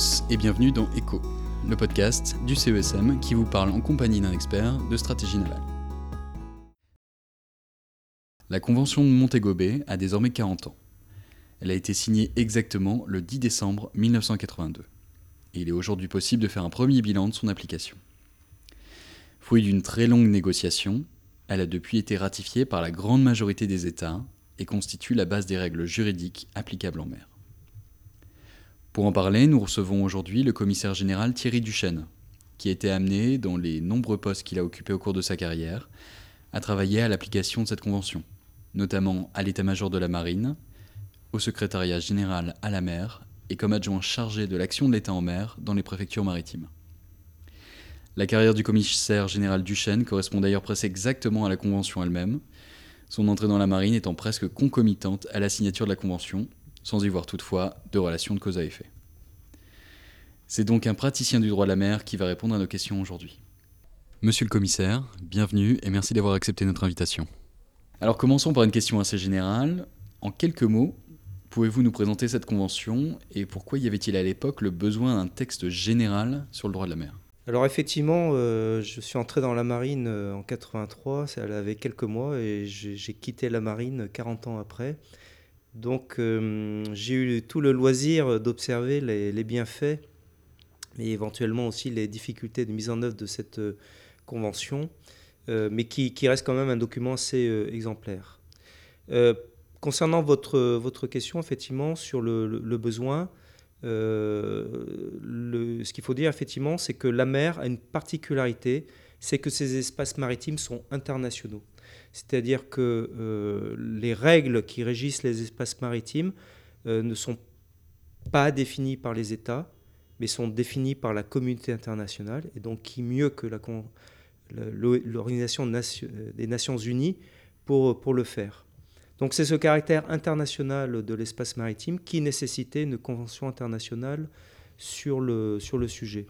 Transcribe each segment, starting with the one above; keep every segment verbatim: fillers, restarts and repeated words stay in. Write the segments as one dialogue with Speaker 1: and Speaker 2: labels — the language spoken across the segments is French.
Speaker 1: tous et bienvenue dans ECHO, le podcast du C E S M qui vous parle en compagnie d'un expert de stratégie navale. La Convention de Montego Bay a désormais quarante ans. Elle a été signée exactement le dix décembre mille neuf cent quatre-vingt-deux. Et il est aujourd'hui possible de faire un premier bilan de son application. Fruit d'une très longue négociation, elle a depuis été ratifiée par la grande majorité des États et constitue la base des règles juridiques applicables en mer. Pour en parler, nous recevons aujourd'hui le commissaire général Thierry Duchesne, qui a été amené, dans les nombreux postes qu'il a occupés au cours de sa carrière, à travailler à l'application de cette convention, notamment à l'état-major de la marine, au secrétariat général à la mer et comme adjoint chargé de l'action de l'État en mer dans les préfectures maritimes. La carrière du commissaire général Duchesne correspond d'ailleurs presque exactement à la convention elle-même, son entrée dans la marine étant presque concomitante à la signature de la convention, sans y voir toutefois de relation de cause à effet. C'est donc un praticien du droit de la mer qui va répondre à nos questions aujourd'hui. Monsieur le commissaire, bienvenue et merci d'avoir accepté notre invitation. Alors commençons par une question assez générale. En quelques mots, pouvez-vous nous présenter cette convention et pourquoi y avait-il à l'époque le besoin d'un texte général sur le droit de la mer ?
Speaker 2: Alors effectivement, euh, je suis entré dans la marine euh, en quatre-vingt-trois, ça avait quelques mois et j'ai, j'ai quitté la marine quarante ans après. Donc euh, j'ai eu tout le loisir d'observer les, les bienfaits et éventuellement aussi les difficultés de mise en œuvre de cette euh, convention, euh, mais qui, qui reste quand même un document assez euh, exemplaire. Euh, concernant votre, votre question, effectivement, sur le, le, le besoin, euh, le, ce qu'il faut dire, effectivement, c'est que la mer a une particularité, c'est que ces espaces maritimes sont internationaux. C'est-à-dire que euh, les règles qui régissent les espaces maritimes euh, ne sont pas définies par les États, mais sont définies par la communauté internationale. Et donc, qui mieux que la, l'Organisation des Nations Unies pour, pour le faire. Donc, c'est ce caractère international de l'espace maritime qui nécessitait une convention internationale sur le, sur le sujet.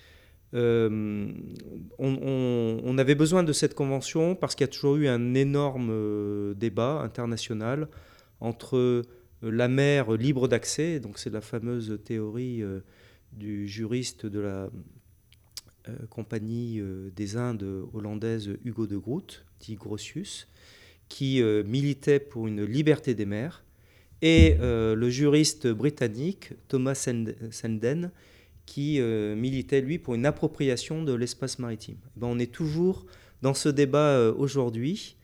Speaker 2: Euh, on, on, on avait besoin de cette convention parce qu'il y a toujours eu un énorme euh, débat international entre euh, la mer libre d'accès, donc c'est la fameuse théorie euh, du juriste de la euh, compagnie euh, des Indes hollandaise Hugo de Groot, dit Grotius, qui euh, militait pour une liberté des mers, et euh, le juriste britannique Thomas Senden, qui euh, militait, lui, pour une appropriation de l'espace maritime. Ben, on est toujours dans ce débat euh, aujourd'hui.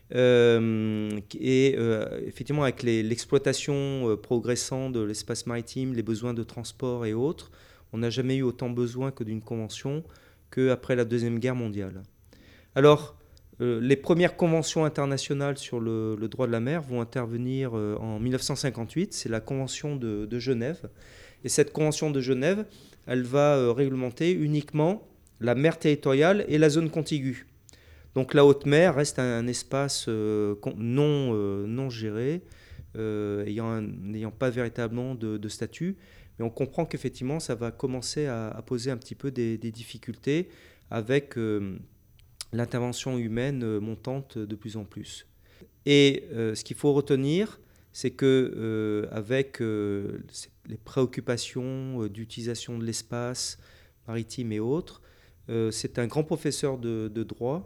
Speaker 2: Euh, et euh, effectivement, avec les, l'exploitation euh, progressante de l'espace maritime, les besoins de transport et autres, on n'a jamais eu autant besoin que d'une convention qu'après la Deuxième Guerre mondiale. Alors, euh, les premières conventions internationales sur le, le droit de la mer vont intervenir euh, en dix-neuf cent cinquante-huit. C'est la Convention de, de Genève. Et cette Convention de Genève, elle va euh, réglementer uniquement la mer territoriale et la zone contiguë. Donc la haute mer reste un, un espace euh, non, euh, non géré, euh, ayant, n'ayant pas véritablement de, de statut. Mais on comprend qu'effectivement, ça va commencer à, à poser un petit peu des, des difficultés avec euh, l'intervention humaine euh, montante de plus en plus. Et euh, ce qu'il faut retenir, c'est que euh, avec euh, les préoccupations euh, d'utilisation de l'espace maritime et autres, euh, c'est un grand professeur de, de droit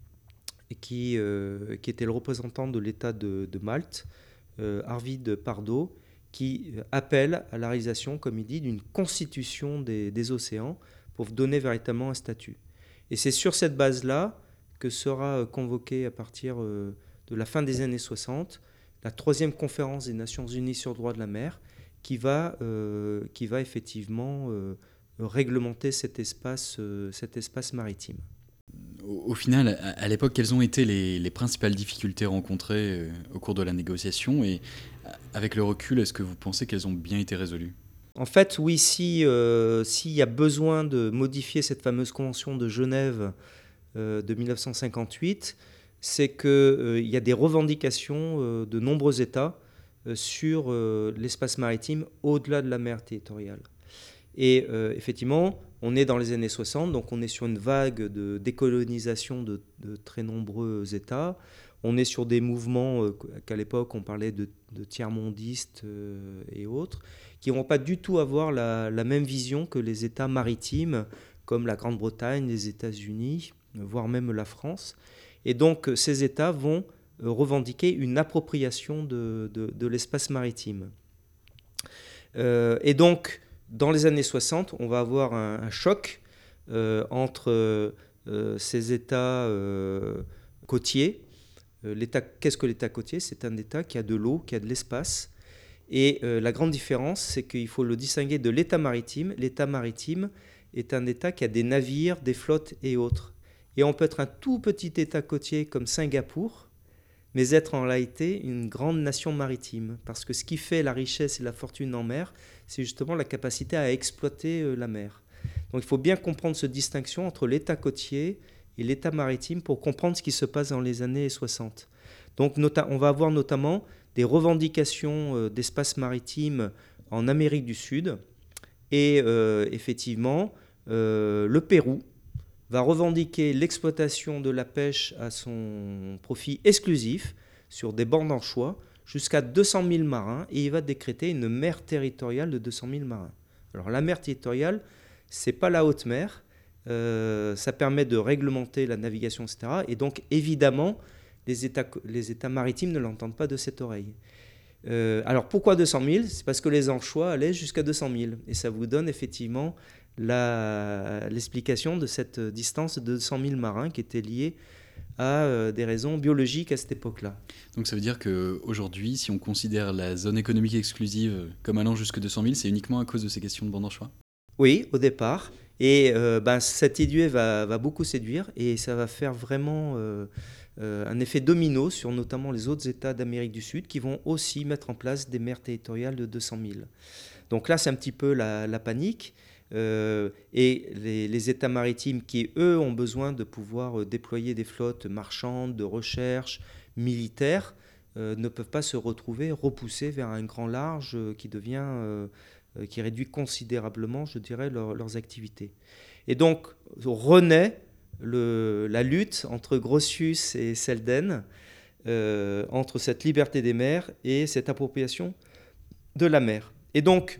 Speaker 2: et qui, euh, qui était le représentant de l'État de, de Malte, euh, Arvid Pardo, qui appelle à la réalisation, comme il dit, d'une constitution des, des océans pour donner véritablement un statut. Et c'est sur cette base-là que sera convoquée à partir euh, de la fin des années soixante la troisième conférence des Nations Unies sur le droit de la mer, qui va, euh, qui va effectivement euh, réglementer cet espace, euh, cet espace maritime.
Speaker 1: Au, au final, à, à l'époque, quelles ont été les, les principales difficultés rencontrées euh, au cours de la négociation et avec le recul, est-ce que vous pensez qu'elles ont bien été résolues ?
Speaker 2: En fait, oui, si, euh, s'il y a besoin de modifier cette fameuse convention de Genève euh, de dix-neuf cent cinquante-huit, c'est qu'il euh, y a des revendications euh, de nombreux États euh, sur euh, l'espace maritime au-delà de la mer territoriale. Et euh, effectivement, on est dans les années soixante, donc on est sur une vague de décolonisation de, de très nombreux États. on est sur des mouvements euh, qu'à l'époque on parlait de, de tiers-mondistes euh, et autres, qui ne vont pas du tout avoir la, la même vision que les États maritimes, comme la Grande-Bretagne, les États-Unis, voire même la France. Et donc ces États vont euh, revendiquer une appropriation de, de, de l'espace maritime. Euh, et donc, dans les années soixante, on va avoir un, un choc euh, entre euh, ces États euh, côtiers. Euh, l'État, qu'est-ce que l'État côtier ? C'est un État qui a de l'eau, qui a de l'espace. Et euh, la grande différence, c'est qu'il faut le distinguer de l'État maritime. L'État maritime est un État qui a des navires, des flottes et autres. Et on peut être un tout petit État côtier comme Singapour, mais être en réalité une grande nation maritime. Parce que ce qui fait la richesse et la fortune en mer, c'est justement la capacité à exploiter euh, la mer. Donc il faut bien comprendre cette distinction entre l'État côtier et l'État maritime pour comprendre ce qui se passe dans les années soixante. Donc nota- on va avoir notamment des revendications euh, d'espace maritime en Amérique du Sud. Et euh, effectivement, euh, le Pérou va revendiquer l'exploitation de la pêche à son profit exclusif sur des bancs d'anchois jusqu'à deux cent mille marins, et il va décréter une mer territoriale de deux cent mille marins. Alors la mer territoriale, c'est pas la haute mer, euh, ça permet de réglementer la navigation, et cetera. Et donc évidemment, les États, les États maritimes ne l'entendent pas de cette oreille. Euh, alors pourquoi deux cent mille ? C'est parce que les anchois allaient jusqu'à deux cent mille, et ça vous donne effectivement La, l'explication de cette distance de deux cent mille marins qui était liée à euh, des raisons biologiques à cette époque-là.
Speaker 1: Donc ça veut dire qu'aujourd'hui, si on considère la zone économique exclusive comme allant jusque deux cent mille, c'est uniquement à cause de ces questions de bancs d'anchois ?
Speaker 2: Oui, au départ. Et euh, ben, cette idée va, va beaucoup séduire, et ça va faire vraiment euh, euh, un effet domino sur notamment les autres États d'Amérique du Sud qui vont aussi mettre en place des mers territoriales de deux cent mille. Donc là, c'est un petit peu la, la panique. Euh, et les, les États maritimes qui, eux, ont besoin de pouvoir euh, déployer des flottes marchandes, de recherche, militaires, euh, ne peuvent pas se retrouver repoussés vers un grand large euh, qui devient, euh, euh, qui réduit considérablement, je dirais, leur, leurs activités. Et donc, renaît le, la lutte entre Grotius et Selden, euh, entre cette liberté des mers et cette appropriation de la mer. Et donc,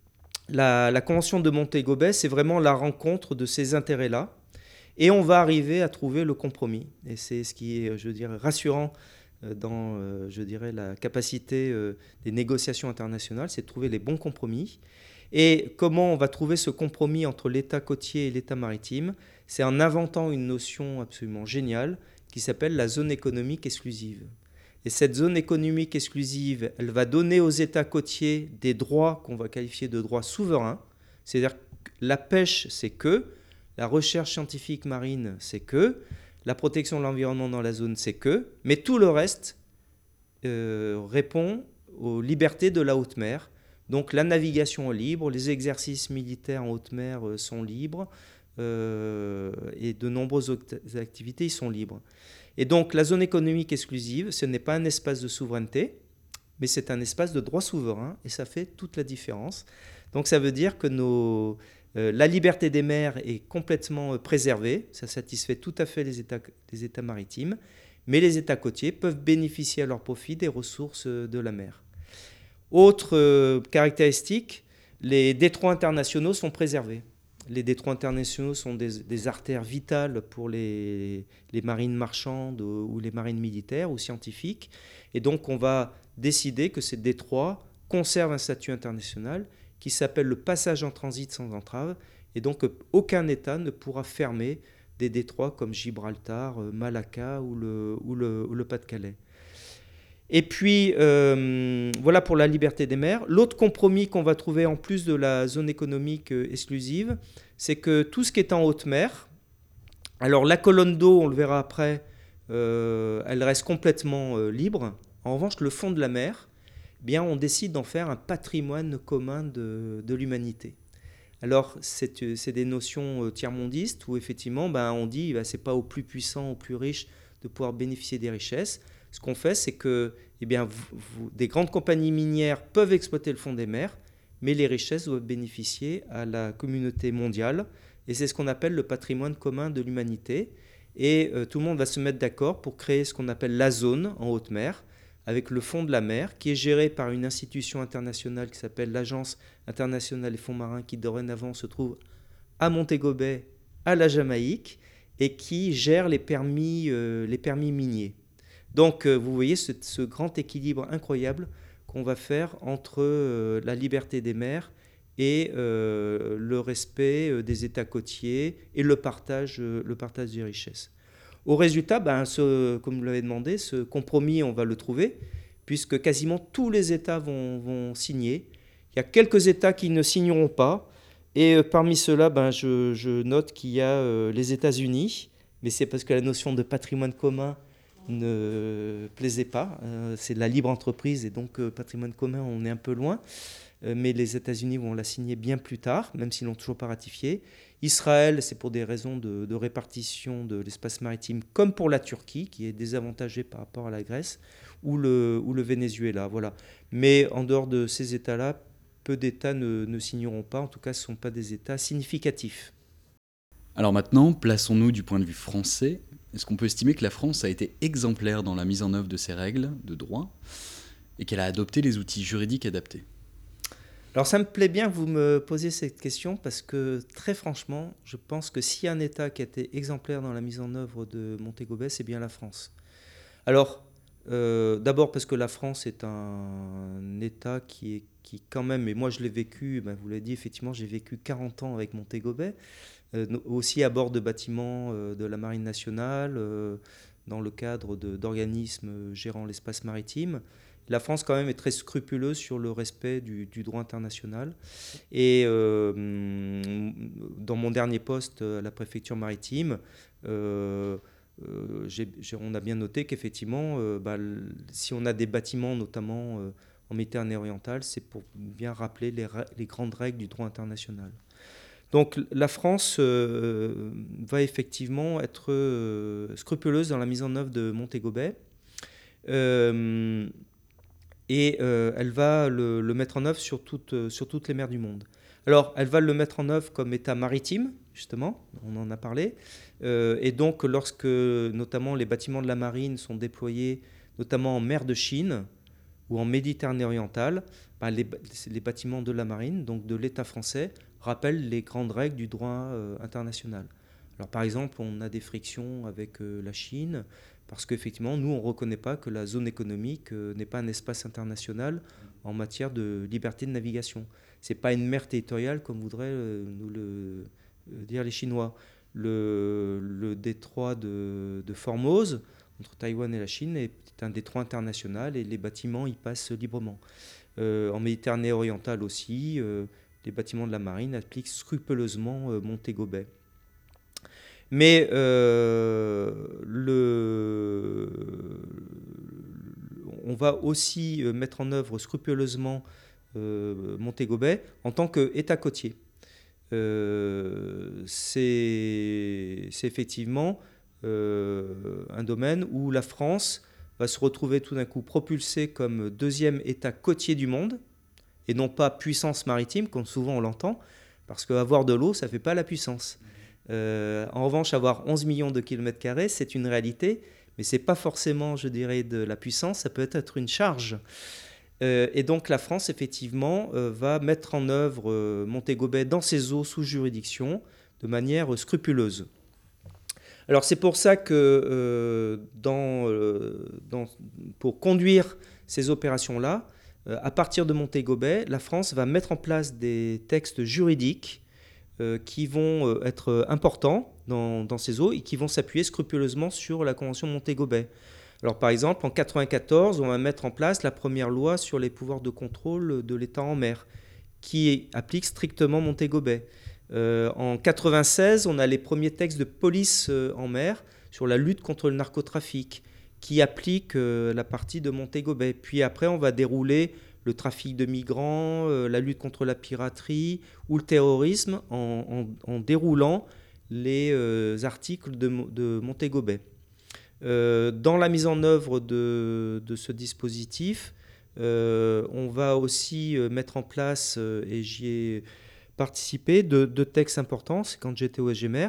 Speaker 2: La, la Convention de Montego Bay, c'est vraiment la rencontre de ces intérêts-là. Et on va arriver à trouver le compromis. Et c'est ce qui est, je dirais, rassurant dans, je dirais, la capacité des négociations internationales, c'est de trouver les bons compromis. Et comment on va trouver ce compromis entre l'État côtier et l'État maritime ? C'est en inventant une notion absolument géniale qui s'appelle la zone économique exclusive. Et cette zone économique exclusive, elle va donner aux États côtiers des droits qu'on va qualifier de droits souverains. C'est-à-dire que la pêche, c'est que, la recherche scientifique marine, c'est que, la protection de l'environnement dans la zone, c'est que, mais tout le reste euh, répond aux libertés de la haute mer. Donc la navigation est libre, les exercices militaires en haute mer euh, sont libres, euh, et de nombreuses activités y sont libres. Et donc la zone économique exclusive, ce n'est pas un espace de souveraineté, mais c'est un espace de droit souverain, et ça fait toute la différence. Donc ça veut dire que nos, euh, la liberté des mers est complètement préservée, ça satisfait tout à fait les États, les États maritimes, mais les États côtiers peuvent bénéficier à leur profit des ressources de la mer. Autre euh, caractéristique, les détroits internationaux sont préservés. Les détroits internationaux sont des, des artères vitales pour les, les marines marchandes ou les marines militaires ou scientifiques. Et donc, on va décider que ces détroits conservent un statut international qui s'appelle le passage en transit sans entrave. Et donc, aucun État ne pourra fermer des détroits comme Gibraltar, Malacca ou le, ou le, ou le Pas-de-Calais. Et puis, euh, voilà pour la liberté des mers. L'autre compromis qu'on va trouver en plus de la zone économique euh, exclusive, c'est que tout ce qui est en haute mer, alors la colonne d'eau, on le verra après, euh, elle reste complètement euh, libre. En revanche, le fond de la mer, eh bien, on décide d'en faire un patrimoine commun de, de l'humanité. Alors, c'est, c'est des notions euh, tiers-mondistes où effectivement, ben, on dit que ben, ce n'est pas aux plus puissants, aux plus riches de pouvoir bénéficier des richesses. Ce qu'on fait, c'est que eh bien, vous, vous, des grandes compagnies minières peuvent exploiter le fond des mers, mais les richesses doivent bénéficier à la communauté mondiale. Et c'est ce qu'on appelle le patrimoine commun de l'humanité. Et euh, tout le monde va se mettre d'accord pour créer ce qu'on appelle la zone en haute mer, avec le fond de la mer, qui est géré par une institution internationale qui s'appelle l'Agence internationale des fonds marins, qui dorénavant se trouve à Montego Bay, à la Jamaïque, et qui gère les permis, euh, les permis miniers. Donc, euh, vous voyez ce, ce grand équilibre incroyable qu'on va faire entre euh, la liberté des mers et euh, le respect euh, des États côtiers et le partage, euh, le partage des richesses. Au résultat, ben, ce, comme vous l'avez demandé, ce compromis, on va le trouver, puisque quasiment tous les États vont, vont signer. Il y a quelques États qui ne signeront pas, et euh, parmi ceux-là, ben, je, je note qu'il y a euh, les États-Unis, mais c'est parce que la notion de patrimoine commun ne plaisait pas. Euh, c'est de la libre entreprise, et donc euh, patrimoine commun, on est un peu loin. Euh, mais les États-Unis vont la signer bien plus tard, même s'ils ne l'ont toujours pas ratifiée. Israël, c'est pour des raisons de, de répartition de l'espace maritime, comme pour la Turquie, qui est désavantagée par rapport à la Grèce, ou le, ou le Venezuela. Voilà. Mais en dehors de ces États-là, peu d'États ne, ne signeront pas. En tout cas, ce ne sont pas des États significatifs.
Speaker 1: Alors maintenant, plaçons-nous du point de vue français. Est-ce qu'on peut estimer que la France a été exemplaire dans la mise en œuvre de ces règles de droit et qu'elle a adopté les outils juridiques adaptés ?
Speaker 2: Alors ça me plaît bien que vous me posiez cette question parce que très franchement, je pense que s'il y a un État qui a été exemplaire dans la mise en œuvre de Montego Bay, c'est bien la France. Alors, euh, d'abord parce que la France est un État qui est qui quand même, et moi je l'ai vécu, ben vous l'avez dit, effectivement, j'ai vécu quarante ans avec Montego Bay, euh, aussi à bord de bâtiments euh, de la Marine nationale, euh, dans le cadre de, d'organismes gérant l'espace maritime. La France, quand même, est très scrupuleuse sur le respect du, du droit international. Et euh, dans mon dernier poste à la préfecture maritime, euh, euh, j'ai, j'ai, on a bien noté qu'effectivement, euh, bah, si on a des bâtiments, notamment euh, en Méditerranée orientale, c'est pour bien rappeler les, les grandes règles du droit international. Donc la France euh, va effectivement être euh, scrupuleuse dans la mise en œuvre de Montego Bay. Euh, et euh, elle va le, le mettre en œuvre sur, toute, sur toutes les mers du monde. Alors, elle va le mettre en œuvre comme État maritime, justement, on en a parlé, euh, et donc lorsque notamment les bâtiments de la marine sont déployés, notamment en mer de Chine ou en Méditerranée orientale, bah, les, les bâtiments de la marine, donc de l'État français, rappellent les grandes règles du droit euh, international. Alors, par exemple, on a des frictions avec euh, la Chine, parce qu'effectivement, nous, on ne reconnaît pas que la zone économique euh, n'est pas un espace international en matière de liberté de navigation. Ce n'est pas une mer territoriale comme voudraient euh, nous le euh, dire les Chinois. Le, le détroit de, de Formose, entre Taïwan et la Chine, est un détroit international et les bâtiments y passent librement. Euh, en Méditerranée orientale aussi, euh, les bâtiments de la marine appliquent scrupuleusement euh, Montego Bay. Mais euh, le, on va aussi mettre en œuvre scrupuleusement euh, Montego Bay en tant qu'État côtier. Euh, c'est, c'est effectivement euh, un domaine où la France va se retrouver tout d'un coup propulsée comme deuxième État côtier du monde, et non pas puissance maritime, comme souvent on l'entend, parce qu'avoir de l'eau, ça ne fait pas la puissance. Euh, en revanche, avoir onze millions de kilomètres carrés, c'est une réalité, mais ce n'est pas forcément, je dirais, de la puissance, ça peut être une charge. Euh, et donc la France, effectivement, euh, va mettre en œuvre euh, Montego Bay dans ses eaux sous juridiction de manière euh, scrupuleuse. Alors c'est pour ça que euh, dans, euh, dans, pour conduire ces opérations-là, euh, à partir de Montego Bay, la France va mettre en place des textes juridiques Euh, qui vont euh, être importants dans, dans ces eaux et qui vont s'appuyer scrupuleusement sur la Convention de Montego Bay. Alors, par exemple, en mille neuf cent quatre-vingt-quatorze, on va mettre en place la première loi sur les pouvoirs de contrôle de l'État en mer, qui applique strictement Montego Bay. Euh, en mille neuf cent quatre-vingt-seize, on a les premiers textes de police euh, en mer sur la lutte contre le narcotrafic, qui appliquent euh, la partie de Montego Bay. Puis après, on va dérouler le trafic de migrants, euh, la lutte contre la piraterie ou le terrorisme en, en, en déroulant les euh, articles de, de Montego Bay. Euh, dans la mise en œuvre de, de ce dispositif, euh, on va aussi euh, mettre en place, euh, et j'y ai participé, de, de textes importants, c'est quand j'étais au S G M R,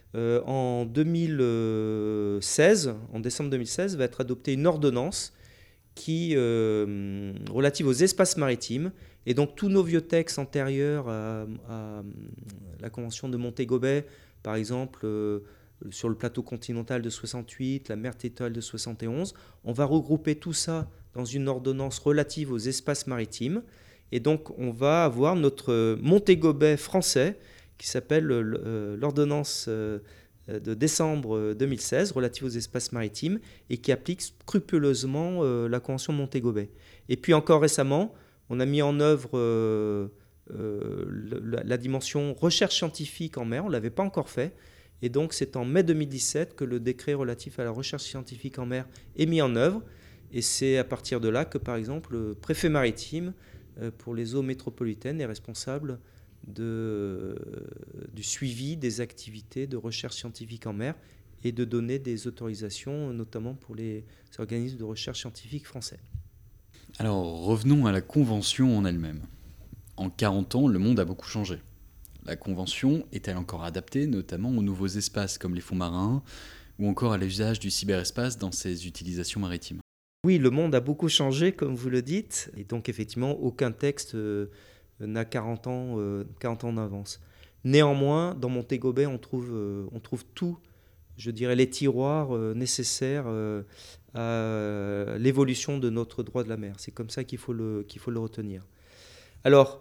Speaker 2: Euh, en deux mille seize, en décembre deux mille seize, va être adoptée une ordonnance qui, euh, relative aux espaces maritimes. Et donc tous nos vieux textes antérieurs à, à la Convention de Montego Bay, par exemple, euh, sur le plateau continental de soixante-huit, la mer territoriale de soixante et onze, on va regrouper tout ça dans une ordonnance relative aux espaces maritimes. Et donc on va avoir notre Montego Bay français qui s'appelle l'ordonnance de décembre deux mille seize relative aux espaces maritimes et qui applique scrupuleusement la Convention de Montego Bay. Et puis encore récemment, on a mis en œuvre euh, euh, la, la dimension recherche scientifique en mer, on ne l'avait pas encore fait. Et donc c'est en mai deux mille dix-sept que le décret relatif à la recherche scientifique en mer est mis en œuvre. Et c'est à partir de là que, par exemple, le préfet maritime, euh, pour les eaux métropolitaines, est responsable de, euh, du suivi des activités de recherche scientifique en mer et de donner des autorisations, notamment pour les organismes de recherche scientifique français.
Speaker 1: Alors revenons à la Convention en elle-même. En quarante ans, le monde a beaucoup changé. La Convention est-elle encore adaptée, notamment aux nouveaux espaces comme les fonds marins, ou encore à l'usage du cyberespace dans ses utilisations maritimes?
Speaker 2: Oui, le monde a beaucoup changé, comme vous le dites, et donc effectivement, aucun texte euh, n'a quarante ans, euh, quarante ans d'avance. Néanmoins, dans Montego Bay, on trouve, euh, on trouve tout, je dirais, les tiroirs euh, nécessaires euh, à l'évolution de notre droit de la mer. C'est comme ça qu'il faut le, qu'il faut le retenir. Alors,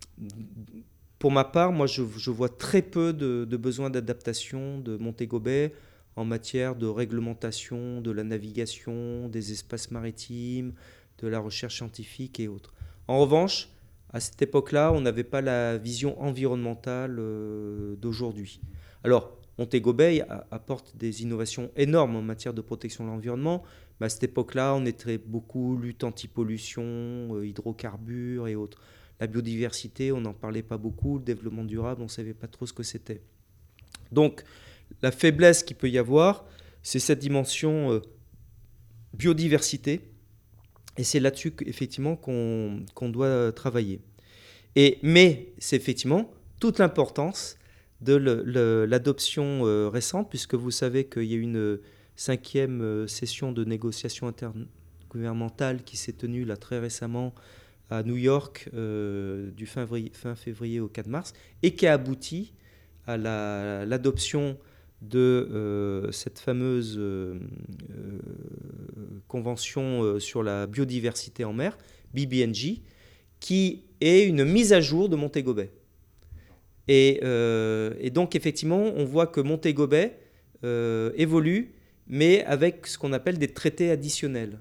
Speaker 2: pour ma part, moi, je, je vois très peu de, de besoins d'adaptation de Montego Bay en matière de réglementation, de la navigation, des espaces maritimes, de la recherche scientifique et autres. En revanche, à cette époque-là, on n'avait pas la vision environnementale euh, d'aujourd'hui. Alors, Montego Bay apporte des innovations énormes en matière de protection de l'environnement, mais à cette époque-là, on était beaucoup lutte anti-pollution, euh, hydrocarbures et autres. La biodiversité, on n'en parlait pas beaucoup, le développement durable, on ne savait pas trop ce que c'était. Donc, la faiblesse qu'il peut y avoir, c'est cette dimension euh, biodiversité, et c'est là-dessus effectivement qu'on qu'on doit travailler. Et, mais c'est effectivement toute l'importance de le, le, l'adoption euh, récente, puisque vous savez qu'il y a eu une cinquième euh, session de négociation intergouvernementale qui s'est tenue là très récemment à New York euh, du fin février, fin février au quatre mars, et qui a abouti à la, l'adoption de euh, cette fameuse euh, euh, convention euh, sur la biodiversité en mer, B B N J, qui est une mise à jour de Montego Bay. Et, euh, et donc effectivement, on voit que Montego Bay euh, évolue, mais avec ce qu'on appelle des traités additionnels.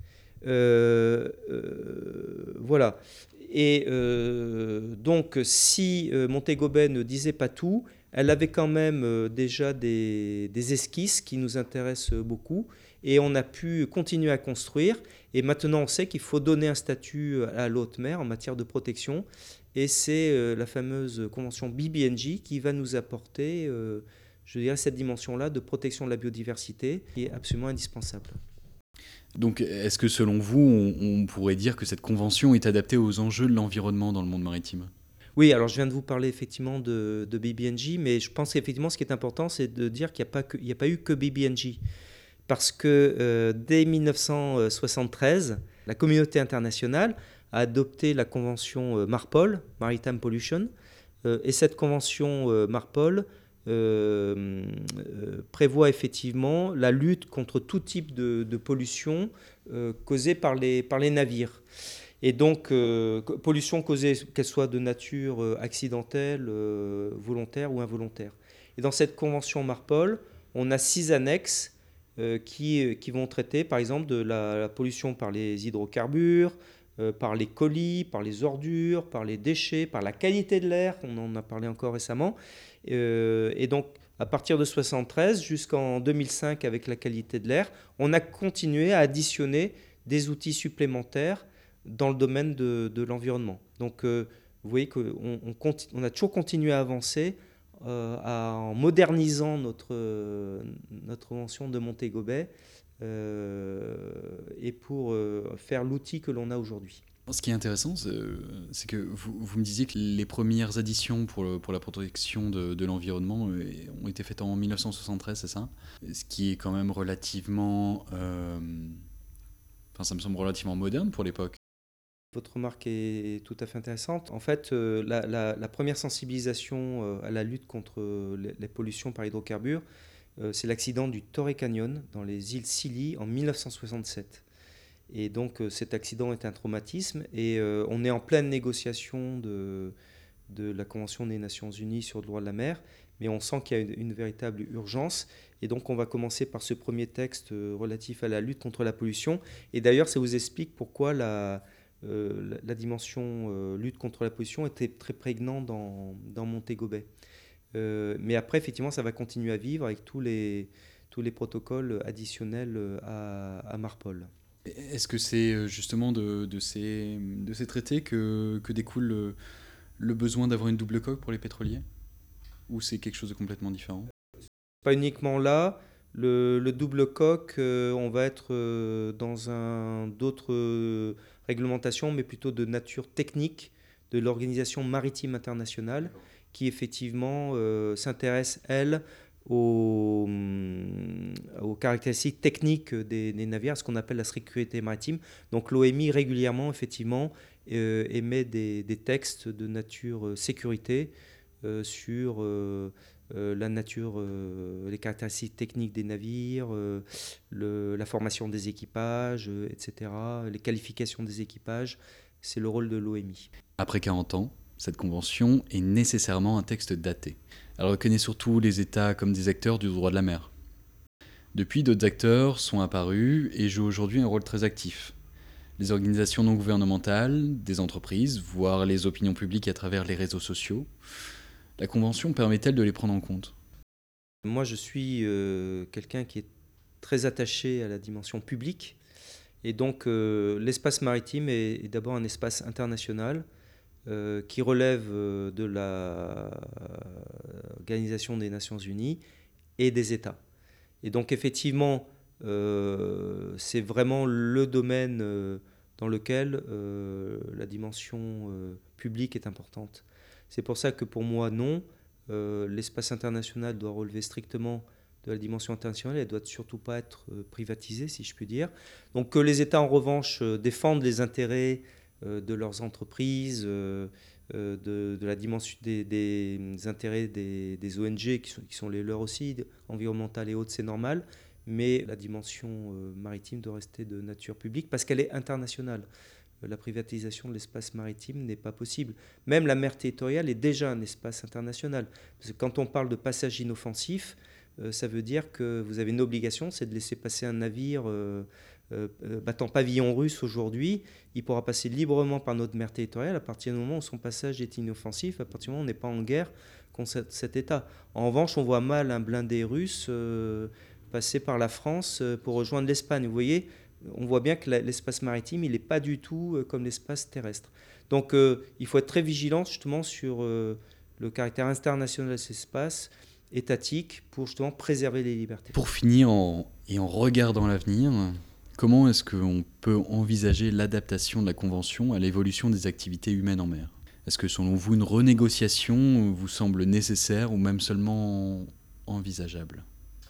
Speaker 2: Euh, euh, voilà. Et euh, donc, si euh, Montego Bay ne disait pas tout, elle avait quand même euh, déjà des, des esquisses qui nous intéressent beaucoup. Et on a pu continuer à construire. Et maintenant, on sait qu'il faut donner un statut à la haute mer en matière de protection. Et c'est euh, la fameuse convention B B N J qui va nous apporter, euh, je dirais, cette dimension-là de protection de la biodiversité qui est absolument indispensable.
Speaker 1: Donc, est-ce que selon vous, on, on pourrait dire que cette convention est adaptée aux enjeux de l'environnement dans le monde maritime ?
Speaker 2: Oui, alors je viens de vous parler effectivement de, de B B N J, mais je pense qu'effectivement ce qui est important, c'est de dire qu'il n'y a pas que, il n'y a pas eu que B B N J. Parce que euh, dès dix-neuf cent soixante-treize, la communauté internationale a adopté la convention euh, MARPOL, Maritime Pollution, euh, et cette convention euh, MARPOL euh, euh, prévoit effectivement la lutte contre tout type de, de pollution euh, causée par les, par les navires. Et donc, euh, pollution causée, qu'elle soit de nature euh, accidentelle, euh, volontaire ou involontaire. Et dans cette convention MARPOL, on a six annexes euh, qui, qui vont traiter, par exemple, de la, la pollution par les hydrocarbures, euh, par les colis, par les ordures, par les déchets, par la qualité de l'air, on en a parlé encore récemment. Euh, et donc, à partir de soixante-treize jusqu'en deux mille cinq, avec la qualité de l'air, on a continué à additionner des outils supplémentaires dans le domaine de, de l'environnement. Donc, euh, vous voyez qu'on on, on a toujours continué à avancer euh, à, en modernisant notre, euh, notre convention de Montego Bay euh, et pour euh, faire l'outil que l'on a aujourd'hui.
Speaker 1: Ce qui est intéressant, c'est c'est que vous, vous me disiez que les premières additions pour, le- pour la protection de, de l'environnement euh, ont été faites en mille neuf cent soixante-treize, c'est ça? Ce qui est quand même relativement... euh, Enfin, ça me semble relativement moderne pour l'époque.
Speaker 2: Votre remarque est tout à fait intéressante. En fait, euh, la, la- la première sensibilisation euh, à la lutte contre euh, les, les pollutions par hydrocarbures, euh, c'est l'accident du Torrey Canyon dans les îles Scilly en mille neuf cent soixante-sept. Et donc euh, cet accident est un traumatisme et euh, on est en pleine négociation de, de la Convention des Nations Unies sur le droit de la mer, mais on sent qu'il y a une, une véritable urgence. Et donc on va commencer par ce premier texte euh, relatif à la lutte contre la pollution. Et d'ailleurs, ça vous explique pourquoi la, euh, la, la dimension euh, lutte contre la pollution était très prégnante dans, dans Montego Bay. Euh, mais après, effectivement, ça va continuer à vivre avec tous les, tous les protocoles additionnels euh, à, à Marpol.
Speaker 1: Est-ce que c'est euh, justement de, de ces, de ces traités que, que découle le, le besoin d'avoir une double coque pour les pétroliers? Ou c'est quelque chose de complètement différent?
Speaker 2: Pas uniquement là, le, le double coque, euh, on va être euh, dans un, d'autres euh, réglementations, mais plutôt de nature technique de l'Organisation maritime internationale, qui effectivement euh, s'intéresse, elle, aux, hum, aux caractéristiques techniques des, des navires, ce qu'on appelle la sécurité maritime. Donc l'O M I régulièrement, effectivement, euh, émet des, des textes de nature euh, sécurité euh, sur euh, euh, la nature, euh, les caractéristiques techniques des navires, euh, le- la formation des équipages, euh, et cetera, les qualifications des équipages. C'est le rôle de l'O M I.
Speaker 1: Après quarante ans, cette convention est nécessairement un texte daté. Elle reconnaît surtout les États comme des acteurs du droit de la mer. Depuis, d'autres acteurs sont apparus et jouent aujourd'hui un rôle très actif. Les organisations non gouvernementales, des entreprises, voire les opinions publiques à travers les réseaux sociaux. La convention permet-elle de les prendre en compte?
Speaker 2: Moi, je suis euh, quelqu'un qui est très attaché à la dimension publique. Et donc, euh, l'espace maritime est, est d'abord un espace international euh, qui relève euh, de l'Organisation des Nations Unies et des États. Et donc effectivement, euh, c'est vraiment le domaine euh, dans lequel euh, la dimension euh, publique est importante. C'est pour ça que pour moi, non, euh, l'espace international doit relever strictement de la dimension internationale, elle doit surtout pas être euh, privatisée, si je puis dire. Donc que les États, en revanche, euh, défendent les intérêts euh, de leurs entreprises, euh, euh, de, de la dimension des, des intérêts des, des O N G qui sont, qui sont les leurs aussi, environnementales et autres, c'est normal. Mais la dimension euh, maritime doit rester de nature publique parce qu'elle est internationale. Euh, La privatisation de l'espace maritime n'est pas possible. Même la mer territoriale est déjà un espace international. Parce que quand on parle de passage inoffensif, euh, ça veut dire que vous avez une obligation, c'est de laisser passer un navire euh, euh, euh, battant pavillon russe aujourd'hui. Il pourra passer librement par notre mer territoriale à partir du moment où son passage est inoffensif, à partir du moment où on n'est pas en guerre contre cet État. En revanche, on voit mal un blindé russe euh, passer par la France euh, pour rejoindre l'Espagne. Vous voyez, on voit bien que l'espace maritime, il n'est pas du tout euh, comme l'espace terrestre. Donc euh, il faut être très vigilant justement sur euh, le caractère international de cet espace étatique pour justement préserver les libertés.
Speaker 1: Pour finir, en, et en regardant l'avenir, comment est-ce qu'on peut envisager l'adaptation de la Convention à l'évolution des activités humaines en mer? Est-ce que selon vous, une renégociation vous semble nécessaire ou même seulement envisageable?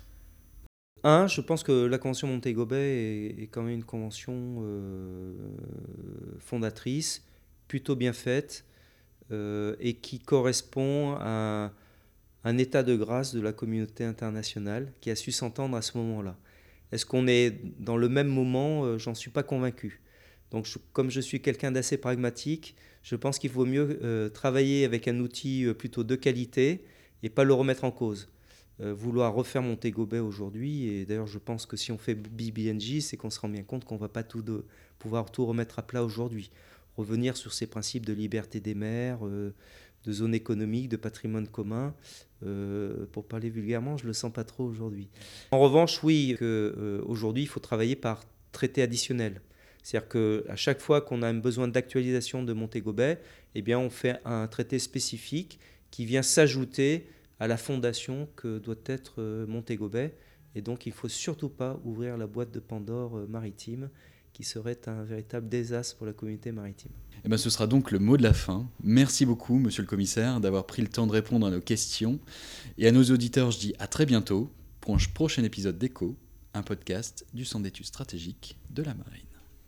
Speaker 2: Un, je pense que la Convention Montego Bay est, est quand même une convention euh, fondatrice, plutôt bien faite, euh, et qui correspond à un état de grâce de la communauté internationale qui a su s'entendre à ce moment-là. Est-ce qu'on est dans le même moment? euh, J'en suis pas convaincu. Donc, je- comme je suis quelqu'un d'assez pragmatique, je pense qu'il vaut mieux euh, travailler avec un outil euh, plutôt de qualité et pas le remettre en cause. Euh, vouloir refaire Montego Bay aujourd'hui, et d'ailleurs je pense que si on fait B B N J, c'est qu'on se rend bien compte qu'on ne va pas tout de, pouvoir tout remettre à plat aujourd'hui. Revenir sur ces principes de liberté des mers, euh, de zone économique, de patrimoine commun, euh, pour parler vulgairement, je ne le sens pas trop aujourd'hui. En revanche, oui, que, euh, aujourd'hui il faut travailler par traité additionnel. C'est-à-dire qu'à chaque fois qu'on a un besoin d'actualisation de Montego Bay, eh bien on fait un traité spécifique qui vient s'ajouter à la fondation que doit être Montego Bay. Et donc il ne faut surtout pas ouvrir la boîte de Pandore maritime qui serait un véritable désastre pour la communauté maritime.
Speaker 1: Eh ben, ce sera donc le mot de la fin. Merci beaucoup, monsieur le commissaire, d'avoir pris le temps de répondre à nos questions. Et à nos auditeurs, je dis à très bientôt pour un prochain épisode d'Écho, un podcast du Centre d'études stratégiques de la Marine.